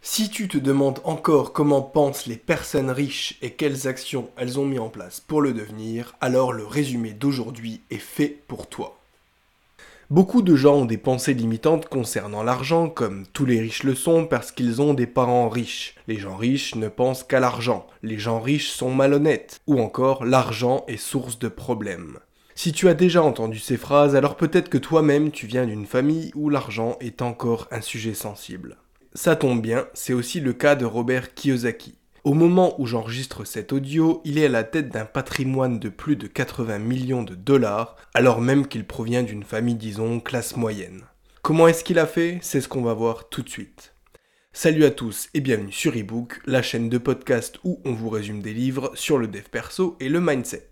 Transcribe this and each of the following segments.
Si tu te demandes encore comment pensent les personnes riches et quelles actions elles ont mis en place pour le devenir, alors le résumé d'aujourd'hui est fait pour toi. Beaucoup de gens ont des pensées limitantes concernant l'argent, comme tous les riches le sont parce qu'ils ont des parents riches. Les gens riches ne pensent qu'à l'argent. Les gens riches sont malhonnêtes. Ou encore, l'argent est source de problèmes. Si tu as déjà entendu ces phrases, alors peut-être que toi-même tu viens d'une famille où l'argent est encore un sujet sensible. Ça tombe bien, c'est aussi le cas de Robert Kiyosaki. Au moment où j'enregistre cet audio, il est à la tête d'un patrimoine de plus de 80 millions de dollars, alors même qu'il provient d'une famille, disons, classe moyenne. Comment est-ce qu'il a fait? C'est ce qu'on va voir tout de suite. Salut à tous et bienvenue sur eBook, la chaîne de podcast où on vous résume des livres sur le dev perso et le mindset.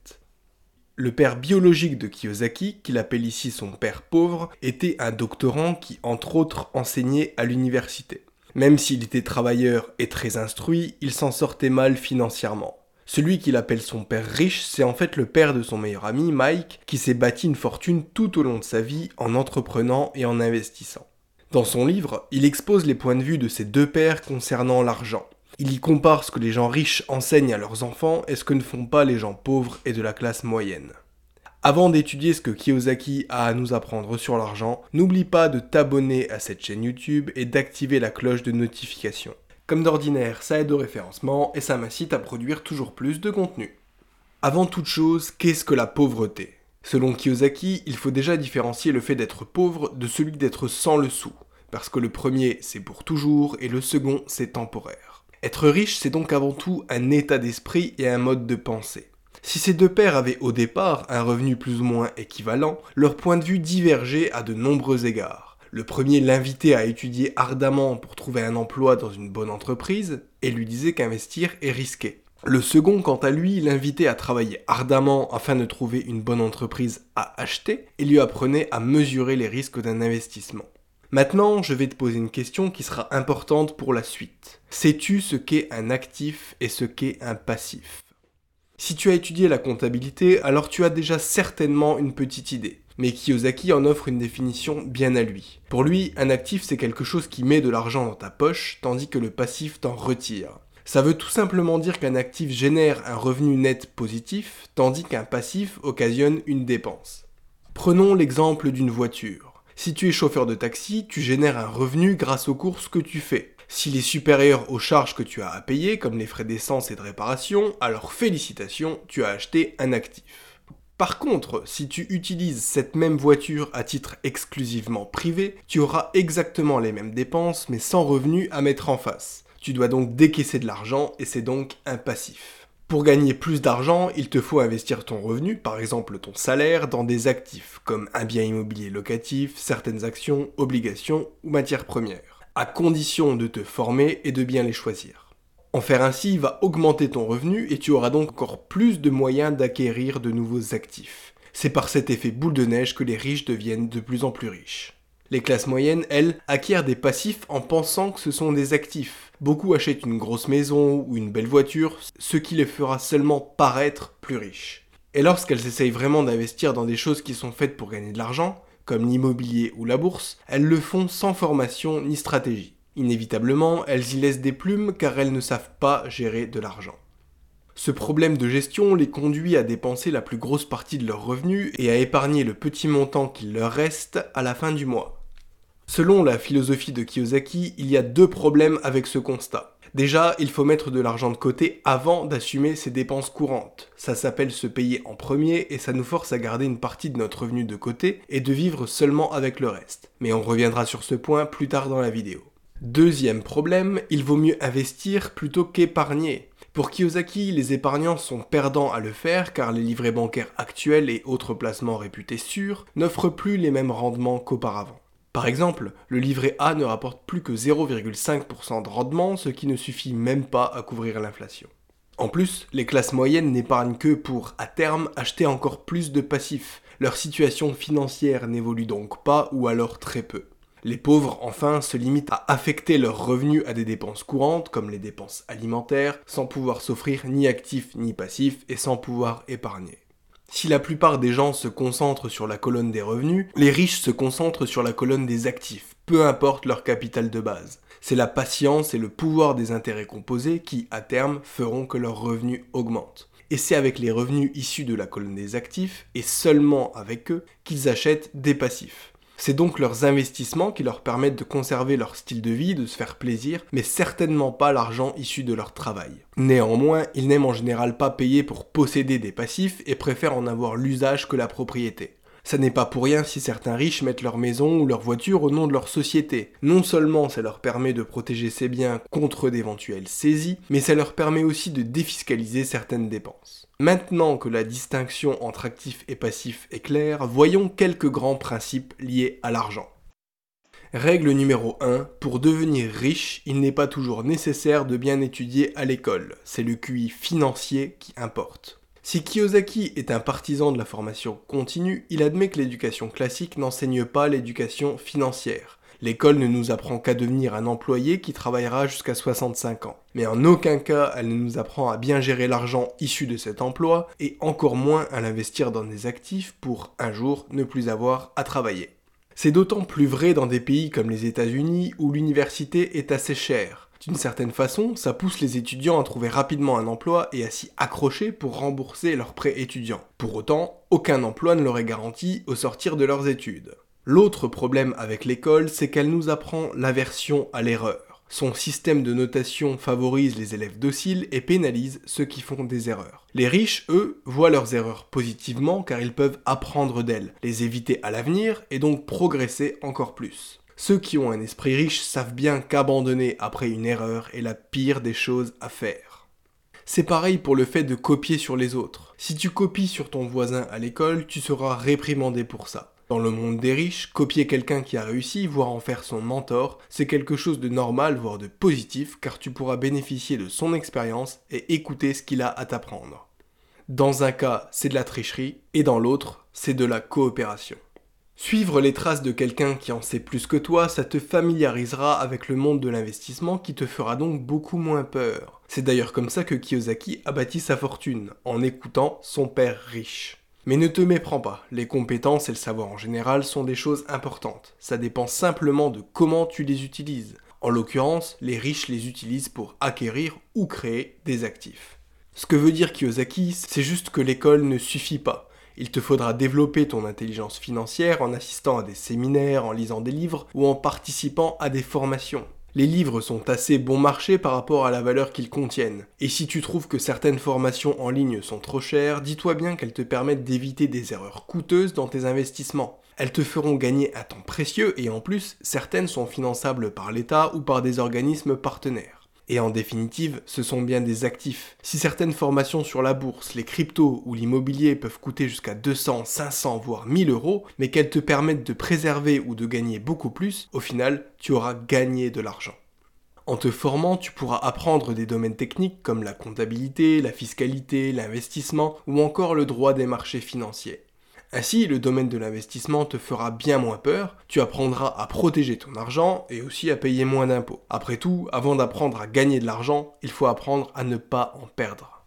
Le père biologique de Kiyosaki, qu'il appelle ici son père pauvre, était un doctorant qui, entre autres, enseignait à l'université. Même s'il était travailleur et très instruit, il s'en sortait mal financièrement. Celui qu'il appelle son père riche, c'est en fait le père de son meilleur ami, Mike, qui s'est bâti une fortune tout au long de sa vie en entreprenant et en investissant. Dans son livre, il expose les points de vue de ses deux pères concernant l'argent. Il y compare ce que les gens riches enseignent à leurs enfants et ce que ne font pas les gens pauvres et de la classe moyenne. Avant d'étudier ce que Kiyosaki a à nous apprendre sur l'argent, n'oublie pas de t'abonner à cette chaîne YouTube et d'activer la cloche de notification. Comme d'ordinaire, ça aide au référencement et ça m'incite à produire toujours plus de contenu. Avant toute chose, qu'est-ce que la pauvreté? Selon Kiyosaki, il faut déjà différencier le fait d'être pauvre de celui d'être sans le sou, parce que le premier c'est pour toujours et le second c'est temporaire. Être riche c'est donc avant tout un état d'esprit et un mode de pensée. Si ces deux pères avaient au départ un revenu plus ou moins équivalent, leur point de vue divergeait à de nombreux égards. Le premier l'invitait à étudier ardemment pour trouver un emploi dans une bonne entreprise et lui disait qu'investir est risqué. Le second, quant à lui, l'invitait à travailler ardemment afin de trouver une bonne entreprise à acheter et lui apprenait à mesurer les risques d'un investissement. Maintenant, je vais te poser une question qui sera importante pour la suite. Sais-tu ce qu'est un actif et ce qu'est un passif ? Si tu as étudié la comptabilité, alors tu as déjà certainement une petite idée. Mais Kiyosaki en offre une définition bien à lui. Pour lui, un actif c'est quelque chose qui met de l'argent dans ta poche, tandis que le passif t'en retire. Ça veut tout simplement dire qu'un actif génère un revenu net positif, tandis qu'un passif occasionne une dépense. Prenons l'exemple d'une voiture. Si tu es chauffeur de taxi, tu génères un revenu grâce aux courses que tu fais. S'il est supérieur aux charges que tu as à payer, comme les frais d'essence et de réparation, alors félicitations, tu as acheté un actif. Par contre, si tu utilises cette même voiture à titre exclusivement privé, tu auras exactement les mêmes dépenses mais sans revenus à mettre en face. Tu dois donc décaisser de l'argent et c'est donc un passif. Pour gagner plus d'argent, il te faut investir ton revenu, par exemple ton salaire, dans des actifs comme un bien immobilier locatif, certaines actions, obligations ou matières premières, à condition de te former et de bien les choisir. En faire ainsi va augmenter ton revenu et tu auras donc encore plus de moyens d'acquérir de nouveaux actifs. C'est par cet effet boule de neige que les riches deviennent de plus en plus riches. Les classes moyennes, elles, acquièrent des passifs en pensant que ce sont des actifs. Beaucoup achètent une grosse maison ou une belle voiture, ce qui les fera seulement paraître plus riches. Et lorsqu'elles essayent vraiment d'investir dans des choses qui sont faites pour gagner de l'argent, comme l'immobilier ou la bourse, elles le font sans formation ni stratégie. Inévitablement, elles y laissent des plumes car elles ne savent pas gérer de l'argent. Ce problème de gestion les conduit à dépenser la plus grosse partie de leurs revenus et à épargner le petit montant qu'il leur reste à la fin du mois. Selon la philosophie de Kiyosaki, il y a deux problèmes avec ce constat. Déjà, il faut mettre de l'argent de côté avant d'assumer ses dépenses courantes. Ça s'appelle se payer en premier et ça nous force à garder une partie de notre revenu de côté et de vivre seulement avec le reste. Mais on reviendra sur ce point plus tard dans la vidéo. Deuxième problème, il vaut mieux investir plutôt qu'épargner. Pour Kiyosaki, les épargnants sont perdants à le faire car les livrets bancaires actuels et autres placements réputés sûrs n'offrent plus les mêmes rendements qu'auparavant. Par exemple, le livret A ne rapporte plus que 0,5% de rendement, ce qui ne suffit même pas à couvrir l'inflation. En plus, les classes moyennes n'épargnent que pour, à terme, acheter encore plus de passifs. Leur situation financière n'évolue donc pas ou alors très peu. Les pauvres, enfin, se limitent à affecter leurs revenus à des dépenses courantes, comme les dépenses alimentaires, sans pouvoir s'offrir ni actifs ni passifs et sans pouvoir épargner. Si la plupart des gens se concentrent sur la colonne des revenus, les riches se concentrent sur la colonne des actifs, peu importe leur capital de base. C'est la patience et le pouvoir des intérêts composés qui, à terme, feront que leurs revenus augmentent. Et c'est avec les revenus issus de la colonne des actifs, et seulement avec eux, qu'ils achètent des passifs. C'est donc leurs investissements qui leur permettent de conserver leur style de vie, de se faire plaisir, mais certainement pas l'argent issu de leur travail. Néanmoins, ils n'aiment en général pas payer pour posséder des passifs et préfèrent en avoir l'usage que la propriété. Ça n'est pas pour rien si certains riches mettent leur maison ou leur voiture au nom de leur société. Non seulement ça leur permet de protéger ces biens contre d'éventuelles saisies, mais ça leur permet aussi de défiscaliser certaines dépenses. Maintenant que la distinction entre actifs et passifs est claire, voyons quelques grands principes liés à l'argent. Règle numéro 1, pour devenir riche, il n'est pas toujours nécessaire de bien étudier à l'école. C'est le QI financier qui importe. Si Kiyosaki est un partisan de la formation continue, il admet que l'éducation classique n'enseigne pas l'éducation financière. L'école ne nous apprend qu'à devenir un employé qui travaillera jusqu'à 65 ans. Mais en aucun cas, elle ne nous apprend à bien gérer l'argent issu de cet emploi, et encore moins à l'investir dans des actifs pour, un jour, ne plus avoir à travailler. C'est d'autant plus vrai dans des pays comme les États-Unis où l'université est assez chère. D'une certaine façon, ça pousse les étudiants à trouver rapidement un emploi et à s'y accrocher pour rembourser leurs prêts étudiants. Pour autant, aucun emploi ne leur est garanti au sortir de leurs études. L'autre problème avec l'école, c'est qu'elle nous apprend l'aversion à l'erreur. Son système de notation favorise les élèves dociles et pénalise ceux qui font des erreurs. Les riches, eux, voient leurs erreurs positivement car ils peuvent apprendre d'elles, les éviter à l'avenir et donc progresser encore plus. Ceux qui ont un esprit riche savent bien qu'abandonner après une erreur est la pire des choses à faire. C'est pareil pour le fait de copier sur les autres. Si tu copies sur ton voisin à l'école, tu seras réprimandé pour ça. Dans le monde des riches, copier quelqu'un qui a réussi, voire en faire son mentor, c'est quelque chose de normal, voire de positif, car tu pourras bénéficier de son expérience et écouter ce qu'il a à t'apprendre. Dans un cas, c'est de la tricherie, et dans l'autre, c'est de la coopération. Suivre les traces de quelqu'un qui en sait plus que toi, ça te familiarisera avec le monde de l'investissement qui te fera donc beaucoup moins peur. C'est d'ailleurs comme ça que Kiyosaki a bâti sa fortune, en écoutant son père riche. Mais ne te méprends pas, les compétences et le savoir en général sont des choses importantes. Ça dépend simplement de comment tu les utilises. En l'occurrence, les riches les utilisent pour acquérir ou créer des actifs. Ce que veut dire Kiyosaki, c'est juste que l'école ne suffit pas. Il te faudra développer ton intelligence financière en assistant à des séminaires, en lisant des livres ou en participant à des formations. Les livres sont assez bon marché par rapport à la valeur qu'ils contiennent. Et si tu trouves que certaines formations en ligne sont trop chères, dis-toi bien qu'elles te permettent d'éviter des erreurs coûteuses dans tes investissements. Elles te feront gagner un temps précieux et en plus, certaines sont finançables par l'État ou par des organismes partenaires. Et en définitive, ce sont bien des actifs. Si certaines formations sur la bourse, les cryptos ou l'immobilier peuvent coûter jusqu'à 200, 500 voire 1000 euros, mais qu'elles te permettent de préserver ou de gagner beaucoup plus, au final, tu auras gagné de l'argent. En te formant, tu pourras apprendre des domaines techniques comme la comptabilité, la fiscalité, l'investissement ou encore le droit des marchés financiers. Ainsi, le domaine de l'investissement te fera bien moins peur, tu apprendras à protéger ton argent et aussi à payer moins d'impôts. Après tout, avant d'apprendre à gagner de l'argent, il faut apprendre à ne pas en perdre.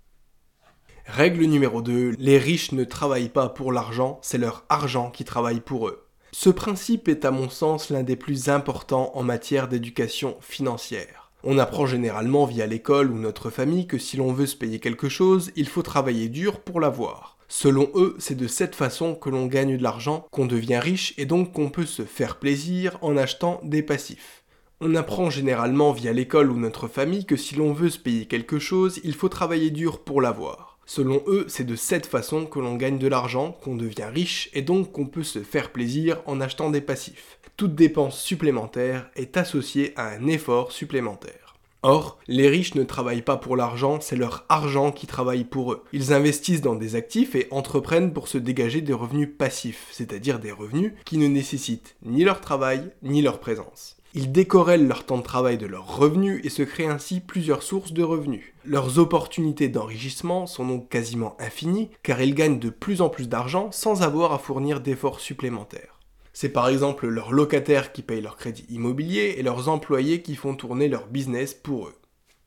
Règle numéro 2, les riches ne travaillent pas pour l'argent, c'est leur argent qui travaille pour eux. Ce principe est à mon sens l'un des plus importants en matière d'éducation financière. On apprend généralement via l'école ou notre famille que si l'on veut se payer quelque chose, il faut travailler dur pour l'avoir. Selon eux, c'est de cette façon que l'on gagne de l'argent, qu'on devient riche et donc qu'on peut se faire plaisir en achetant des passifs. On apprend généralement via l'école ou notre famille que si l'on veut se payer quelque chose, il faut travailler dur pour l'avoir. Selon eux, c'est de cette façon que l'on gagne de l'argent, qu'on devient riche et donc qu'on peut se faire plaisir en achetant des passifs. Toute dépense supplémentaire est associée à un effort supplémentaire. Or, les riches ne travaillent pas pour l'argent, c'est leur argent qui travaille pour eux. Ils investissent dans des actifs et entreprennent pour se dégager des revenus passifs, c'est-à-dire des revenus qui ne nécessitent ni leur travail, ni leur présence. Ils décorrèlent leur temps de travail de leurs revenus et se créent ainsi plusieurs sources de revenus. Leurs opportunités d'enrichissement sont donc quasiment infinies, car ils gagnent de plus en plus d'argent sans avoir à fournir d'efforts supplémentaires. C'est par exemple leurs locataires qui payent leur crédit immobilier et leurs employés qui font tourner leur business pour eux.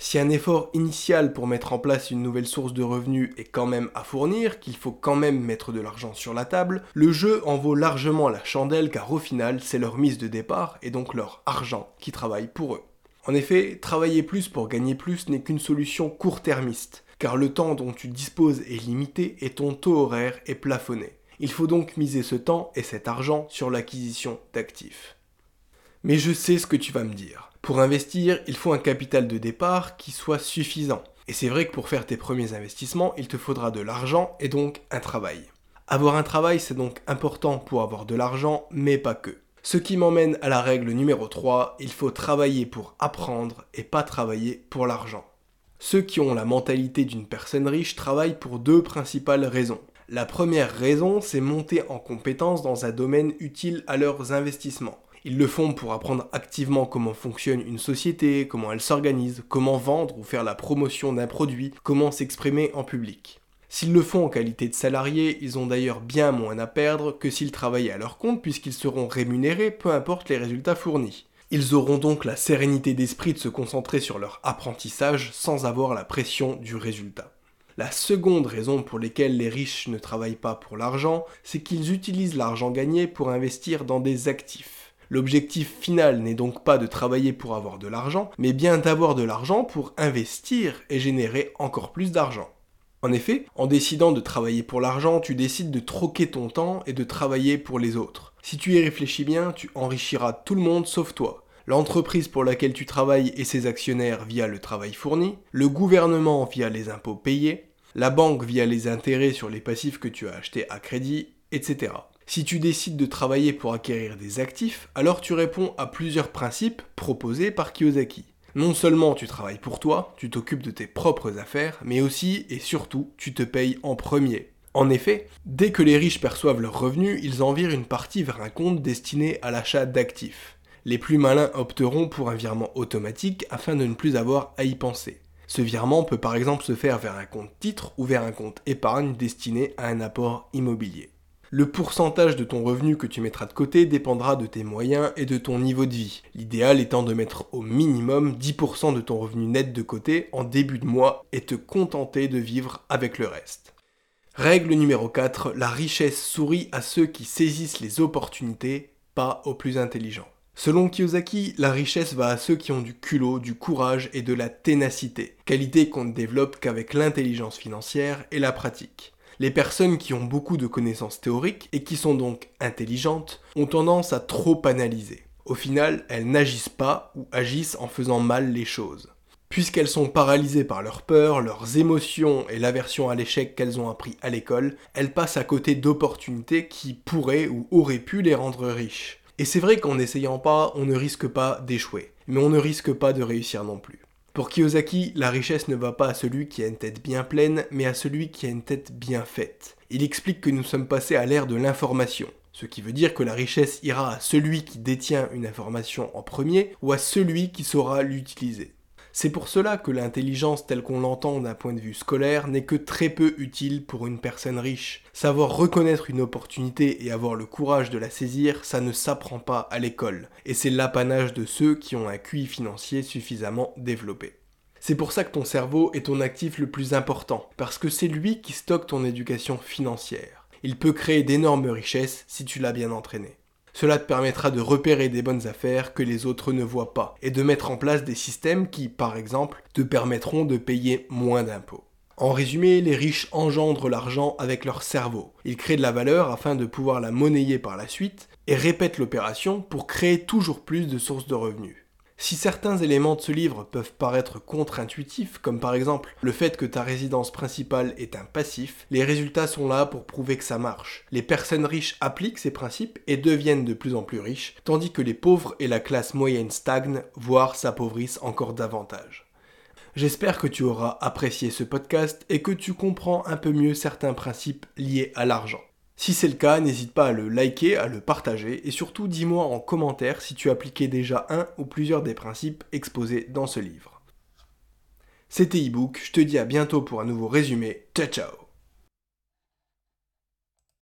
Si un effort initial pour mettre en place une nouvelle source de revenus est quand même à fournir, qu'il faut quand même mettre de l'argent sur la table, le jeu en vaut largement la chandelle car au final, c'est leur mise de départ et donc leur argent qui travaille pour eux. En effet, travailler plus pour gagner plus n'est qu'une solution court-termiste, car le temps dont tu disposes est limité et ton taux horaire est plafonné. Il faut donc miser ce temps et cet argent sur l'acquisition d'actifs. Mais je sais ce que tu vas me dire. Pour investir, il faut un capital de départ qui soit suffisant. Et c'est vrai que pour faire tes premiers investissements, il te faudra de l'argent et donc un travail. Avoir un travail, c'est donc important pour avoir de l'argent, mais pas que. Ce qui m'emmène à la règle numéro 3, il faut travailler pour apprendre et pas travailler pour l'argent. Ceux qui ont la mentalité d'une personne riche travaillent pour deux principales raisons. La première raison, c'est monter en compétence dans un domaine utile à leurs investissements. Ils le font pour apprendre activement comment fonctionne une société, comment elle s'organise, comment vendre ou faire la promotion d'un produit, comment s'exprimer en public. S'ils le font en qualité de salariés, ils ont d'ailleurs bien moins à perdre que s'ils travaillaient à leur compte puisqu'ils seront rémunérés peu importe les résultats fournis. Ils auront donc la sérénité d'esprit de se concentrer sur leur apprentissage sans avoir la pression du résultat. La seconde raison pour laquelle les riches ne travaillent pas pour l'argent, c'est qu'ils utilisent l'argent gagné pour investir dans des actifs. L'objectif final n'est donc pas de travailler pour avoir de l'argent, mais bien d'avoir de l'argent pour investir et générer encore plus d'argent. En effet, en décidant de travailler pour l'argent, tu décides de troquer ton temps et de travailler pour les autres. Si tu y réfléchis bien, tu enrichiras tout le monde sauf toi. L'entreprise pour laquelle tu travailles et ses actionnaires via le travail fourni, le gouvernement via les impôts payés, la banque via les intérêts sur les passifs que tu as achetés à crédit, etc. Si tu décides de travailler pour acquérir des actifs, alors tu réponds à plusieurs principes proposés par Kiyosaki. Non seulement tu travailles pour toi, tu t'occupes de tes propres affaires, mais aussi et surtout, tu te payes en premier. En effet, dès que les riches perçoivent leurs revenus, ils en virent une partie vers un compte destiné à l'achat d'actifs. Les plus malins opteront pour un virement automatique afin de ne plus avoir à y penser. Ce virement peut par exemple se faire vers un compte titre ou vers un compte épargne destiné à un apport immobilier. Le pourcentage de ton revenu que tu mettras de côté dépendra de tes moyens et de ton niveau de vie. L'idéal étant de mettre au minimum 10% de ton revenu net de côté en début de mois et te contenter de vivre avec le reste. Règle numéro 4, la richesse sourit à ceux qui saisissent les opportunités, pas aux plus intelligents. Selon Kiyosaki, la richesse va à ceux qui ont du culot, du courage et de la ténacité, qualité qu'on ne développe qu'avec l'intelligence financière et la pratique. Les personnes qui ont beaucoup de connaissances théoriques et qui sont donc intelligentes ont tendance à trop analyser. Au final, elles n'agissent pas ou agissent en faisant mal les choses. Puisqu'elles sont paralysées par leur peur, leurs émotions et l'aversion à l'échec qu'elles ont appris à l'école, elles passent à côté d'opportunités qui pourraient ou auraient pu les rendre riches. Et c'est vrai qu'en n'essayant pas, on ne risque pas d'échouer, mais on ne risque pas de réussir non plus. Pour Kiyosaki, la richesse ne va pas à celui qui a une tête bien pleine, mais à celui qui a une tête bien faite. Il explique que nous sommes passés à l'ère de l'information, ce qui veut dire que la richesse ira à celui qui détient une information en premier ou à celui qui saura l'utiliser. C'est pour cela que l'intelligence telle qu'on l'entend d'un point de vue scolaire n'est que très peu utile pour une personne riche. Savoir reconnaître une opportunité et avoir le courage de la saisir, ça ne s'apprend pas à l'école. Et c'est l'apanage de ceux qui ont un QI financier suffisamment développé. C'est pour ça que ton cerveau est ton actif le plus important, parce que c'est lui qui stocke ton éducation financière. Il peut créer d'énormes richesses si tu l'as bien entraîné. Cela te permettra de repérer des bonnes affaires que les autres ne voient pas et de mettre en place des systèmes qui, par exemple, te permettront de payer moins d'impôts. En résumé, les riches engendrent l'argent avec leur cerveau. Ils créent de la valeur afin de pouvoir la monnayer par la suite et répètent l'opération pour créer toujours plus de sources de revenus. Si certains éléments de ce livre peuvent paraître contre-intuitifs, comme par exemple le fait que ta résidence principale est un passif, les résultats sont là pour prouver que ça marche. Les personnes riches appliquent ces principes et deviennent de plus en plus riches, tandis que les pauvres et la classe moyenne stagnent, voire s'appauvrissent encore davantage. J'espère que tu auras apprécié ce podcast et que tu comprends un peu mieux certains principes liés à l'argent. Si c'est le cas, n'hésite pas à le liker, à le partager et surtout dis-moi en commentaire si tu appliquais déjà un ou plusieurs des principes exposés dans ce livre. C'était ebook, je te dis à bientôt pour un nouveau résumé, ciao ciao.